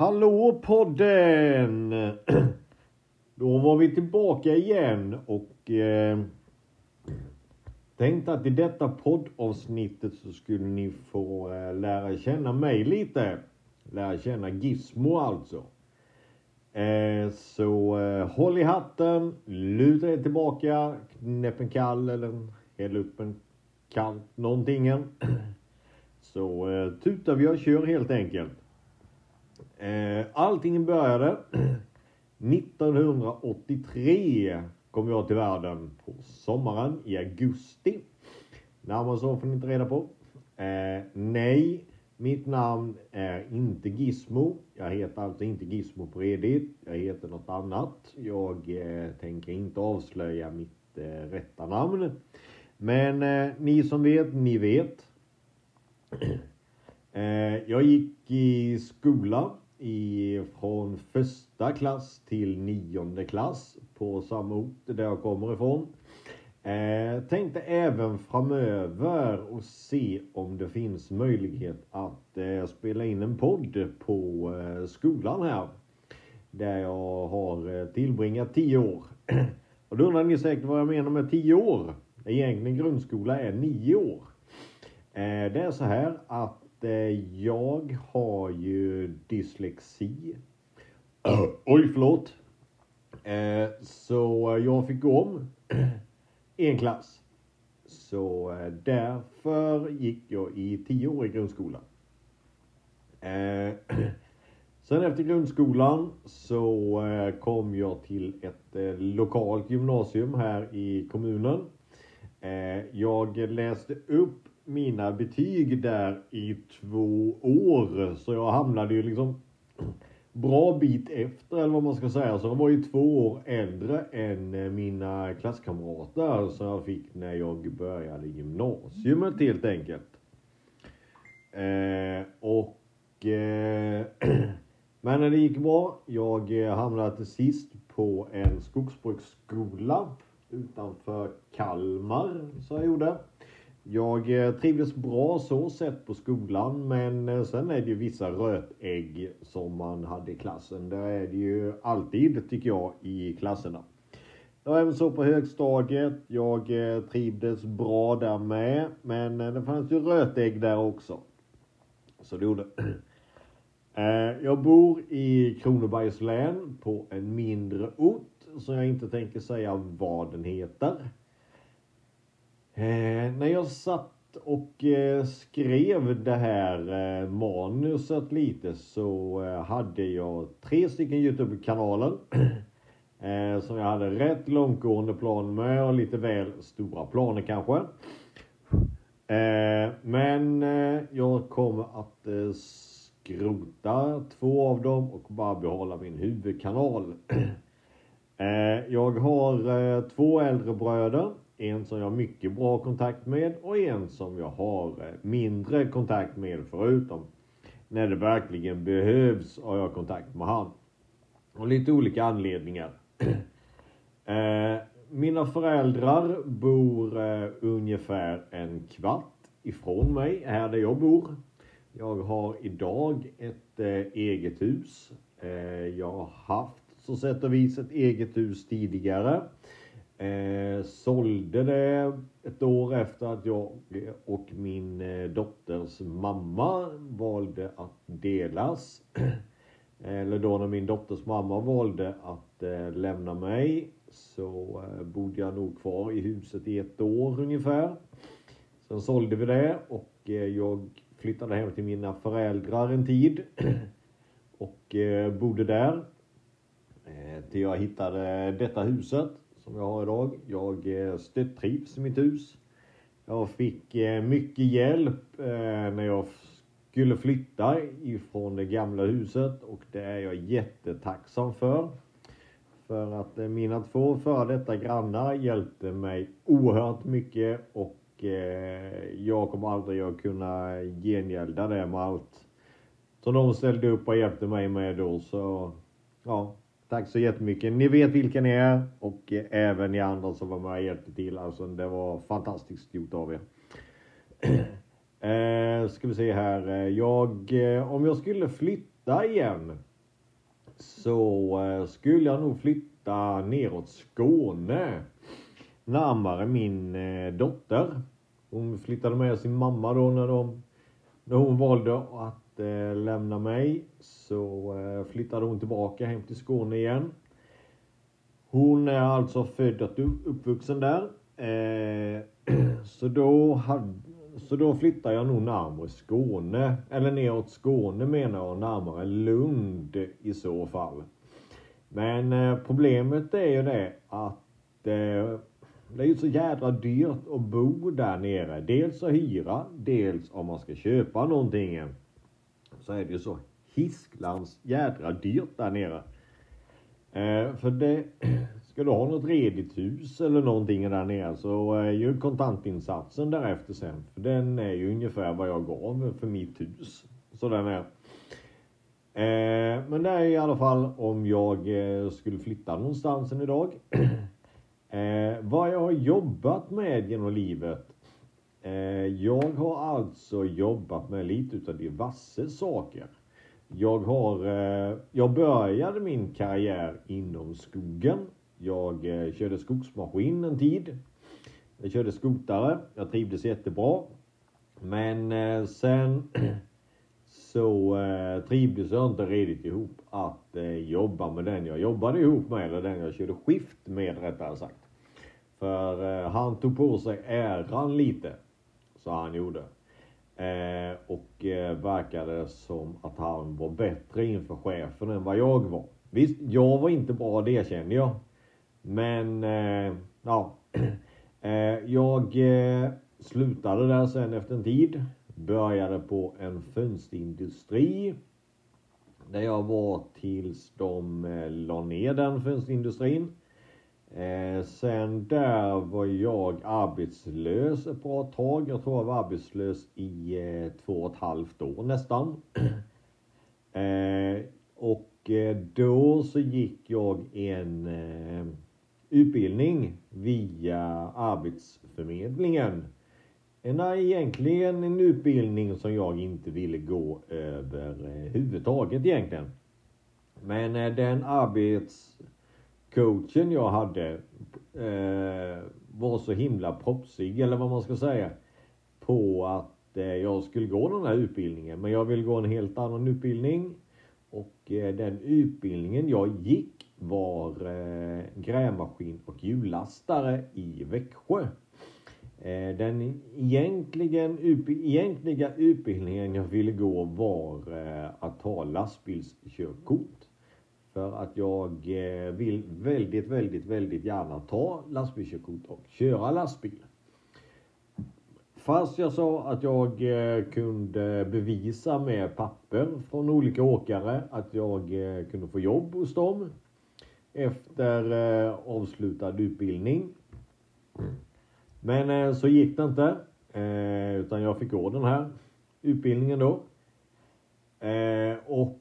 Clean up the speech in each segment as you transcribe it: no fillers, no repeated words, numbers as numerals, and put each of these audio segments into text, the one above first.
Hallå podden! Då var vi tillbaka igen och tänkte att i detta poddavsnittet så skulle ni få lära känna mig lite. Lära känna Gizmo alltså. Så håll i hatten, luta er tillbaka, knäpp en kall eller häll upp en kall någontingen. Så tutar vi och kör helt enkelt. Allting började 1983 kom jag till världen på sommaren i augusti. Närmare så får ni inte reda på. Nej, mitt namn är inte Gizmo. Jag heter alltså inte Gizmo på Reddit. Jag heter något annat. Jag tänker inte avslöja mitt rätta namn. Men ni som vet, ni vet. Jag gick i skola från första klass till 9:e klass på samma ort där jag kommer ifrån. Tänkte även framöver och se om det finns möjlighet att spela in en podd på skolan här. Där jag har tillbringat 10 år. Och då undrar ni säkert vad jag menar med 10 år. Egentligen grundskola är 9 år. Det är så här att jag har ju dyslexi. Oj, förlåt. Så jag fick gå om en klass. Så därför gick jag i 10 år i grundskolan. Sen efter grundskolan så kom jag till ett lokalt gymnasium här i kommunen. Jag läste upp mina betyg där i 2 år. Så jag hamnade ju liksom bra bit efter, eller vad man ska säga. Så jag var ju 2 år äldre än mina klasskamrater som jag fick när jag började gymnasiet helt enkelt. Men när det gick bra, jag hamnade till sist på en skogsbruksskola utanför Kalmar, så jag gjorde. Jag trivdes bra så sett på skolan, men sen är det ju vissa rötägg som man hade i klassen. Det är det ju alltid, tycker jag, i klasserna. Det var även så på högstadiet. Jag trivdes bra där med, men det fanns ju rötägg där också. Så det gjorde. Jag bor i Kronobergs län på en mindre ort, så jag inte tänker säga vad den heter. När jag satt och skrev det här manuset lite så hade jag 3 stycken YouTube-kanaler som jag hade rätt långtgående planer med och lite väl stora planer kanske. Men jag kommer att skrota 2 av dem och bara behålla min huvudkanal. Jag har 2 äldre bröder. En som jag har mycket bra kontakt med och en som jag har mindre kontakt med förutom. När det verkligen behövs har jag kontakt med han. Och lite olika anledningar. Mina föräldrar bor ungefär en kvart ifrån mig här där jag bor. Jag har idag ett eget hus. Jag har haft så sätt och vis ett eget hus tidigare. Sålde det ett år efter att jag och min dotters mamma valde att delas. Eller då när min dotters mamma valde att lämna mig så bodde jag nog kvar i huset i 1 år ungefär. Sen sålde vi det och jag flyttade hem till mina föräldrar en tid. Och bodde där till jag hittade detta huset som jag har idag. Jag trivs i mitt hus. Jag fick mycket hjälp när jag skulle flytta ifrån det gamla huset. Och det är jag jättetacksam för. För att mina 2 före detta grannar hjälpte mig oerhört mycket. Och jag kommer aldrig att kunna gengälda det med allt som de ställde upp och hjälpte mig med då. Så ja. Tack så jättemycket. Ni vet vilka ni är och även ni andra som var med och hjälpte till. Alltså det var fantastiskt gjort av er. Ska vi se här. Om jag skulle flytta igen så skulle jag nog flytta neråt Skåne. Närmare min dotter. Hon flyttade med sin mamma då när hon valde att lämna mig. Så flyttade hon tillbaka hem till Skåne igen. Hon är alltså född och uppvuxen där. Så då flyttar jag nog närmare Skåne. Eller neråt Skåne menar jag, närmare Lund i så fall. Men problemet är ju det att det är ju så jädra dyrt att bo där nere. Dels att hyra, dels om man ska köpa någonting. Så är det ju så hisklans jädra dyrt där nere. För det, ska du ha något redigt hus eller någonting där nere så är ju kontantinsatsen därefter sen. För den är ju ungefär vad jag gav för mitt hus. Så den är. Men det är i alla fall om jag skulle flytta någonstans idag. Vad jag har jobbat med genom livet. Jag har alltså jobbat med lite utav diverse saker. Jag började min karriär inom skogen. Jag körde skogsmaskin en tid. Jag körde skotare. Jag trivdes jättebra. Men sen så trivdes jag inte riktigt ihop att jobba med den jag jobbade ihop med. Eller den jag körde skift med rättare sagt. För han tog på sig äran lite. Så han gjorde. Och verkade som att han var bättre inför chefen än vad jag var. Visst, jag var inte bra, det kände jag. Men ja, jag slutade där sen efter en tid. Började på en fönsterindustri. Där jag var tills de la ner den fönsterindustrin. Sen där var jag arbetslös ett bra tag. Jag tror jag var arbetslös i 2,5 år nästan. Och då så gick jag en utbildning via Arbetsförmedlingen. Egentligen en utbildning som jag inte ville gå över huvudtaget egentligen. Men den arbetscoachen jag hade var så himla propsig, eller vad man ska säga, på att jag skulle gå den här utbildningen. Men jag vill gå en helt annan utbildning. Och den utbildningen jag gick var grävmaskin och hjullastare i Växjö. Den egentliga utbildningen jag ville gå var att ta lastbilskörkort. För att jag vill väldigt gärna ta lastbilskörkort och köra lastbil. Fast jag sa att jag kunde bevisa med papper från olika åkare att jag kunde få jobb hos dem efter avslutad utbildning. Men så gick det inte, utan jag fick gå den här utbildningen då. Och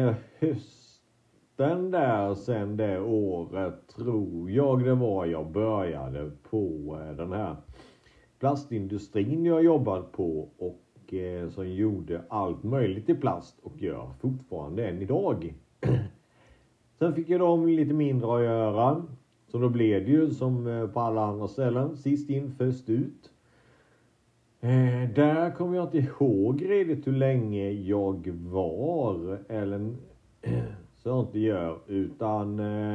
hösten där sen det året tror jag det var jag började på den här plastindustrin jag jobbade på och som gjorde allt möjligt i plast och gör fortfarande än idag. Sen fick jag dem lite mindre att göra. Så då blev det ju som på alla andra ställen. Sist in, först ut. Där kommer jag inte ihåg riktigt hur länge jag var. Eller så jag inte gör. Utan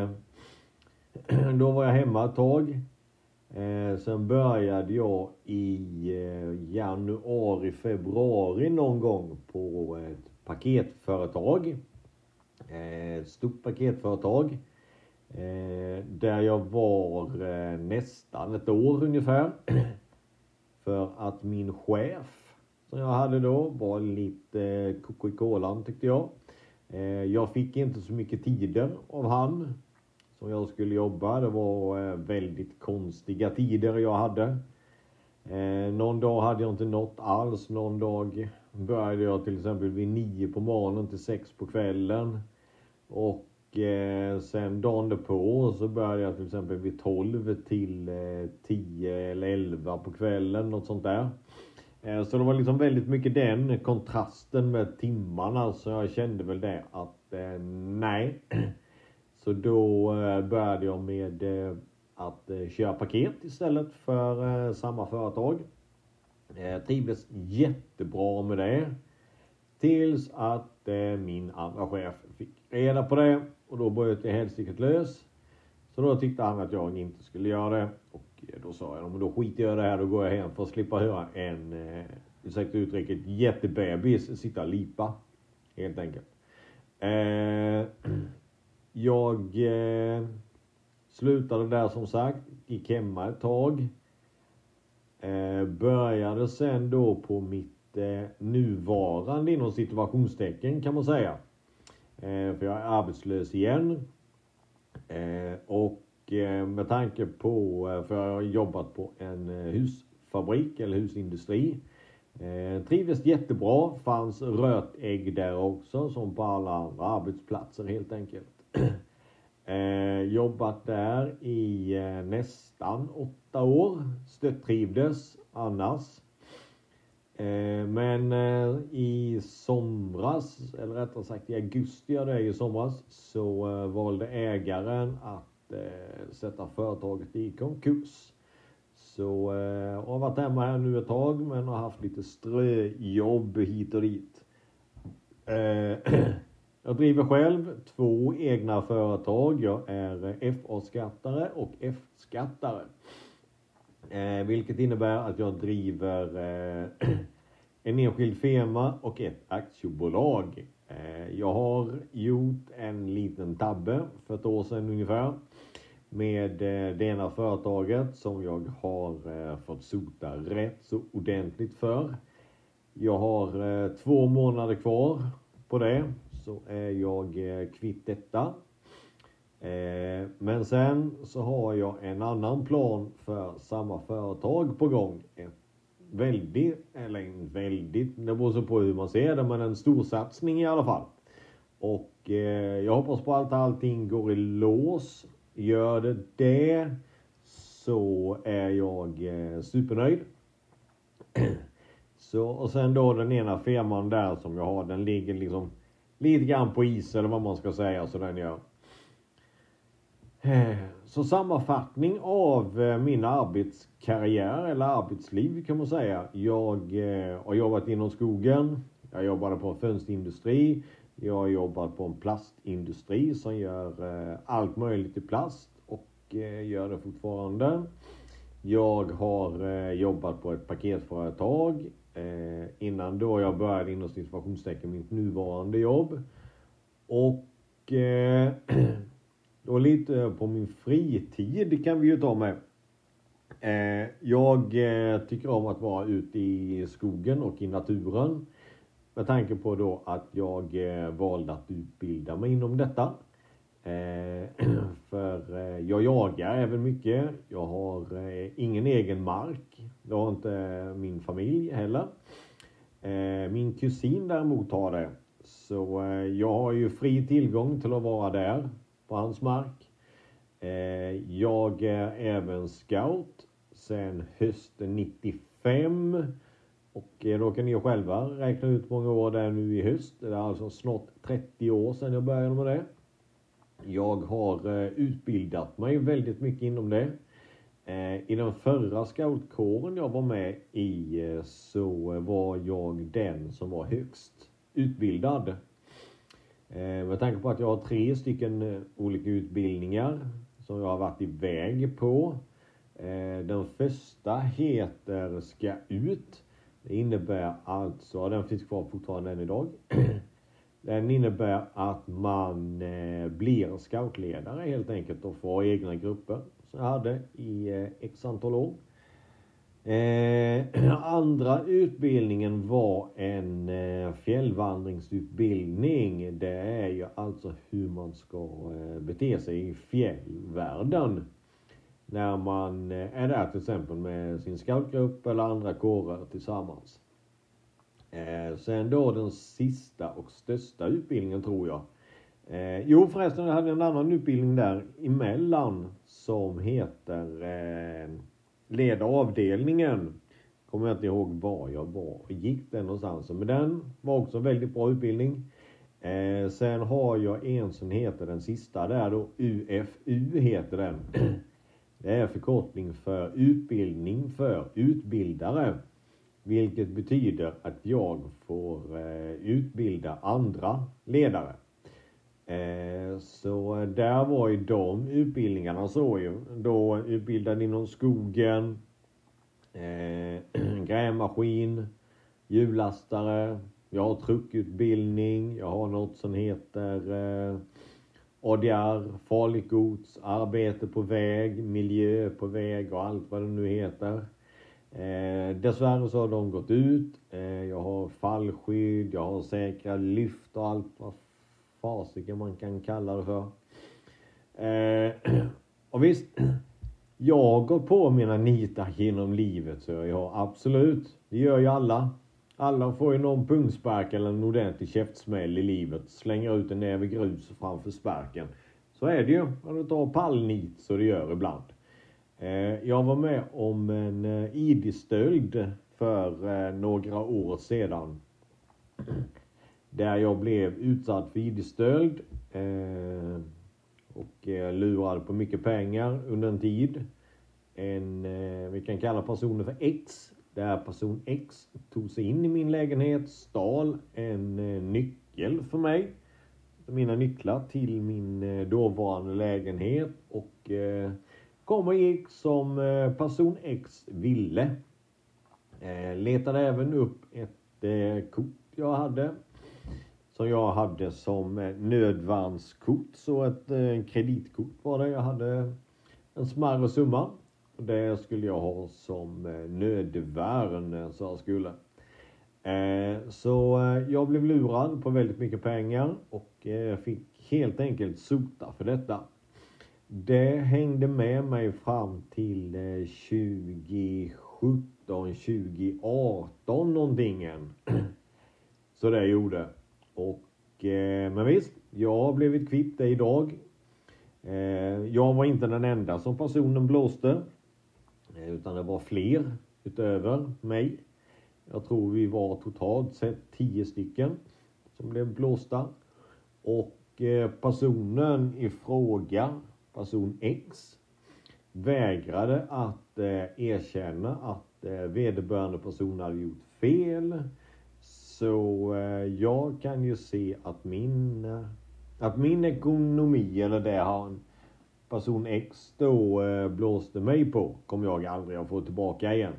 då var jag hemma ett tag. Sen började jag i januari, februari någon gång på ett paketföretag. Ett stort paketföretag. Där jag var nästan ett år ungefär. För att min chef som jag hade då var lite koko i kolan tyckte jag. Jag fick inte så mycket tider av han som jag skulle jobba. Det var väldigt konstiga tider jag hade. Någon dag hade jag inte nått alls. Någon dag började jag till exempel vid 9 på morgonen till 6 på kvällen. Och sen dagen på så började jag till exempel vid 12 till 10 eller 11 på kvällen. Något sånt där. Så det var liksom väldigt mycket den kontrasten med timmarna. Så jag kände väl det att nej. Så då började jag med att köra paket istället för samma företag. Trivdes jättebra med det. Tills att min andra chef fick reda på det. Och då började jag helsike lös. Så då tyckte han att jag inte skulle göra det. Och då sa jag, men då skiter jag i det här. Då går jag hem för att slippa höra en, ursäkta uttrycket, jättebebis sitta och lipa. Helt enkelt. Jag slutade där som sagt. Gick hemma ett tag. Började sen då på mitt nuvarande inom situationstecken kan man säga. För jag är arbetslös igen. Och med tanke på, för jag har jobbat på en husfabrik eller husindustri. Trivdes jättebra, fanns rötägg där också som på alla andra arbetsplatser helt enkelt. Jobbat där i nästan 8 år, trivdes annars. Men i somras, eller rättare sagt i augusti i somras, så valde ägaren att sätta företaget i konkurs. Så jag har varit hemma här nu ett tag men har haft lite ströjobb hit och dit. Jag driver själv 2 egna företag. Jag är FA-skattare och F-skattare. Vilket innebär att jag driver en enskild firma och ett aktiebolag. Jag har gjort en liten tabbe för ett år sedan ungefär. Med det ena företaget som jag har fått sota rätt så ordentligt för. Jag har 2 månader kvar på det. Så är jag kvitt detta. Men sen så har jag en annan plan för samma företag på gång. Det beror så på hur man ser det, men en stor satsning i alla fall. Och jag hoppas på att allting går i lås. Gör det så är jag supernöjd. Så, och sen då den ena firman där som jag har, den ligger liksom lite grann på is eller vad man ska säga, så den gör. Så sammanfattning av min arbetskarriär eller arbetsliv kan man säga. Jag har jobbat inom skogen. Jag jobbade på en fönsterindustri. Jag har jobbat på en plastindustri som gör allt möjligt i plast och gör det fortfarande. Jag har jobbat på ett paketföretag innan då jag började inom situationstecken mitt nuvarande jobb. Och då lite på min fritid kan vi ju ta med. Jag tycker om att vara ute i skogen och i naturen. Med tanke på då att jag valde att utbilda mig inom detta. För jag jagar även mycket. Jag har ingen egen mark. Det har inte min familj heller. Min kusin däremot har det. Så jag har ju fri tillgång till att vara där på hans mark. Jag är även scout sedan hösten 95. Och då kan ni själva räkna ut många år där nu i höst. Det är alltså snart 30 år sedan jag började med det. Jag har utbildat mig väldigt mycket inom det. I den förra scoutkåren jag var med i så var jag den som var högst utbildad. Med tanke på att jag har 3 stycken olika utbildningar som jag har varit iväg på. Den första heter Ska ut. Det innebär alltså, den finns kvar fortfarande än idag. Den innebär att man blir scoutledare helt enkelt och får egna grupper. Så jag hade i x antal år. Andra utbildningen var en fjällvandringsutbildning. Det är ju alltså hur man ska bete sig i fjällvärlden. När man är där till exempel med sin scoutgrupp eller andra kårer tillsammans. Sen då den sista och största utbildningen tror jag. Jo förresten, jag hade en annan utbildning där emellan som heter leda avdelningen. Kommer jag inte ihåg var jag var och gick den någonstans. Men den var också en väldigt bra utbildning. Sen har jag en som heter den sista där då, UFU heter den. Det är förkortning för utbildning för utbildare. Vilket betyder att jag får utbilda andra ledare. Så där var ju de utbildningarna så ju. Då utbildade inom skogen, grävmaskin, hjullastare. Jag har truckutbildning. Jag har något som heter ADR, farligt gods, arbete på väg, miljö på väg och allt vad det nu heter. Dessvärre så har de gått ut. Jag har fallskydd, jag har säkra lyft och allt vad fasiken man kan kalla det för. Och visst, jag har gått på mina nitar genom livet, så jag absolut, det gör ju alla. Alla får ju någon pungspark eller en ordentlig käftsmäll i livet. Slänger ut en näve grus framför sparken. Så är det ju. Om du tar pallnit så det gör ibland. Jag var med om en ID-stöld för några år sedan. Där jag blev utsatt för ID-stöld. Och lurade på mycket pengar under en tid. Vi kan kalla personen för X. Där person X tog sig in i min lägenhet, stal en nyckel för mig. Mina nycklar till min dåvarande lägenhet och kom och gick som person X ville. Letade även upp ett kort jag hade. Som jag hade som nödvärnskort, så ett kreditkort var det. Jag hade en smärre summa. Det skulle jag ha som nödvärn, så jag skulle. Så jag blev lurad på väldigt mycket pengar och fick helt enkelt sota för detta. Det hängde med mig fram till 2017, 2018 någonting. Så det gjorde. Och men visst, jag har blivit kvitt det idag. Jag var inte den enda som personen blåste. Utan det var fler utöver mig. Jag tror vi var totalt sett 10 stycken som blev blåsta. Och personen i fråga, person X, vägrade att erkänna att vederbörande person hade gjort fel. Så jag kan ju se att min ekonomi, eller det han person X då blåste mig på, kommer jag aldrig att få tillbaka igen.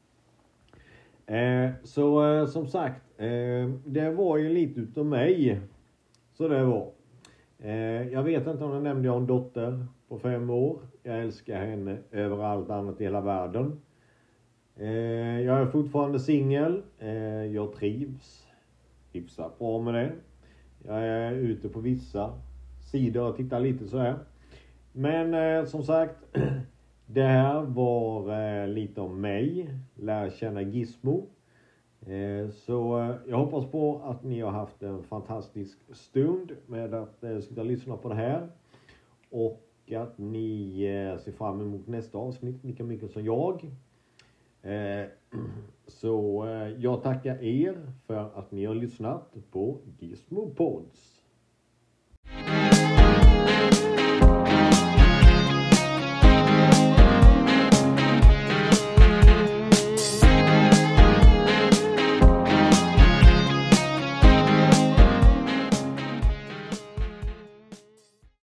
Så som sagt, det var ju lite utav mig. Så det var. Jag vet inte om jag nämnde en dotter på 5 år. Jag älskar henne över allt annat i hela världen. Jag är fortfarande singel. Jag trivs hyfsat bra med det. Jag är ute på vissa sidor och tittar lite så här. Men som sagt, det här var lite om mig. Lär känna Gizmo. Så jag hoppas på att ni har haft en fantastisk stund med att sitta och lyssna på det här. Och att ni ser fram emot nästa avsnitt lika mycket som jag. Så jag tackar er för att ni har lyssnat på Gizmo Pods.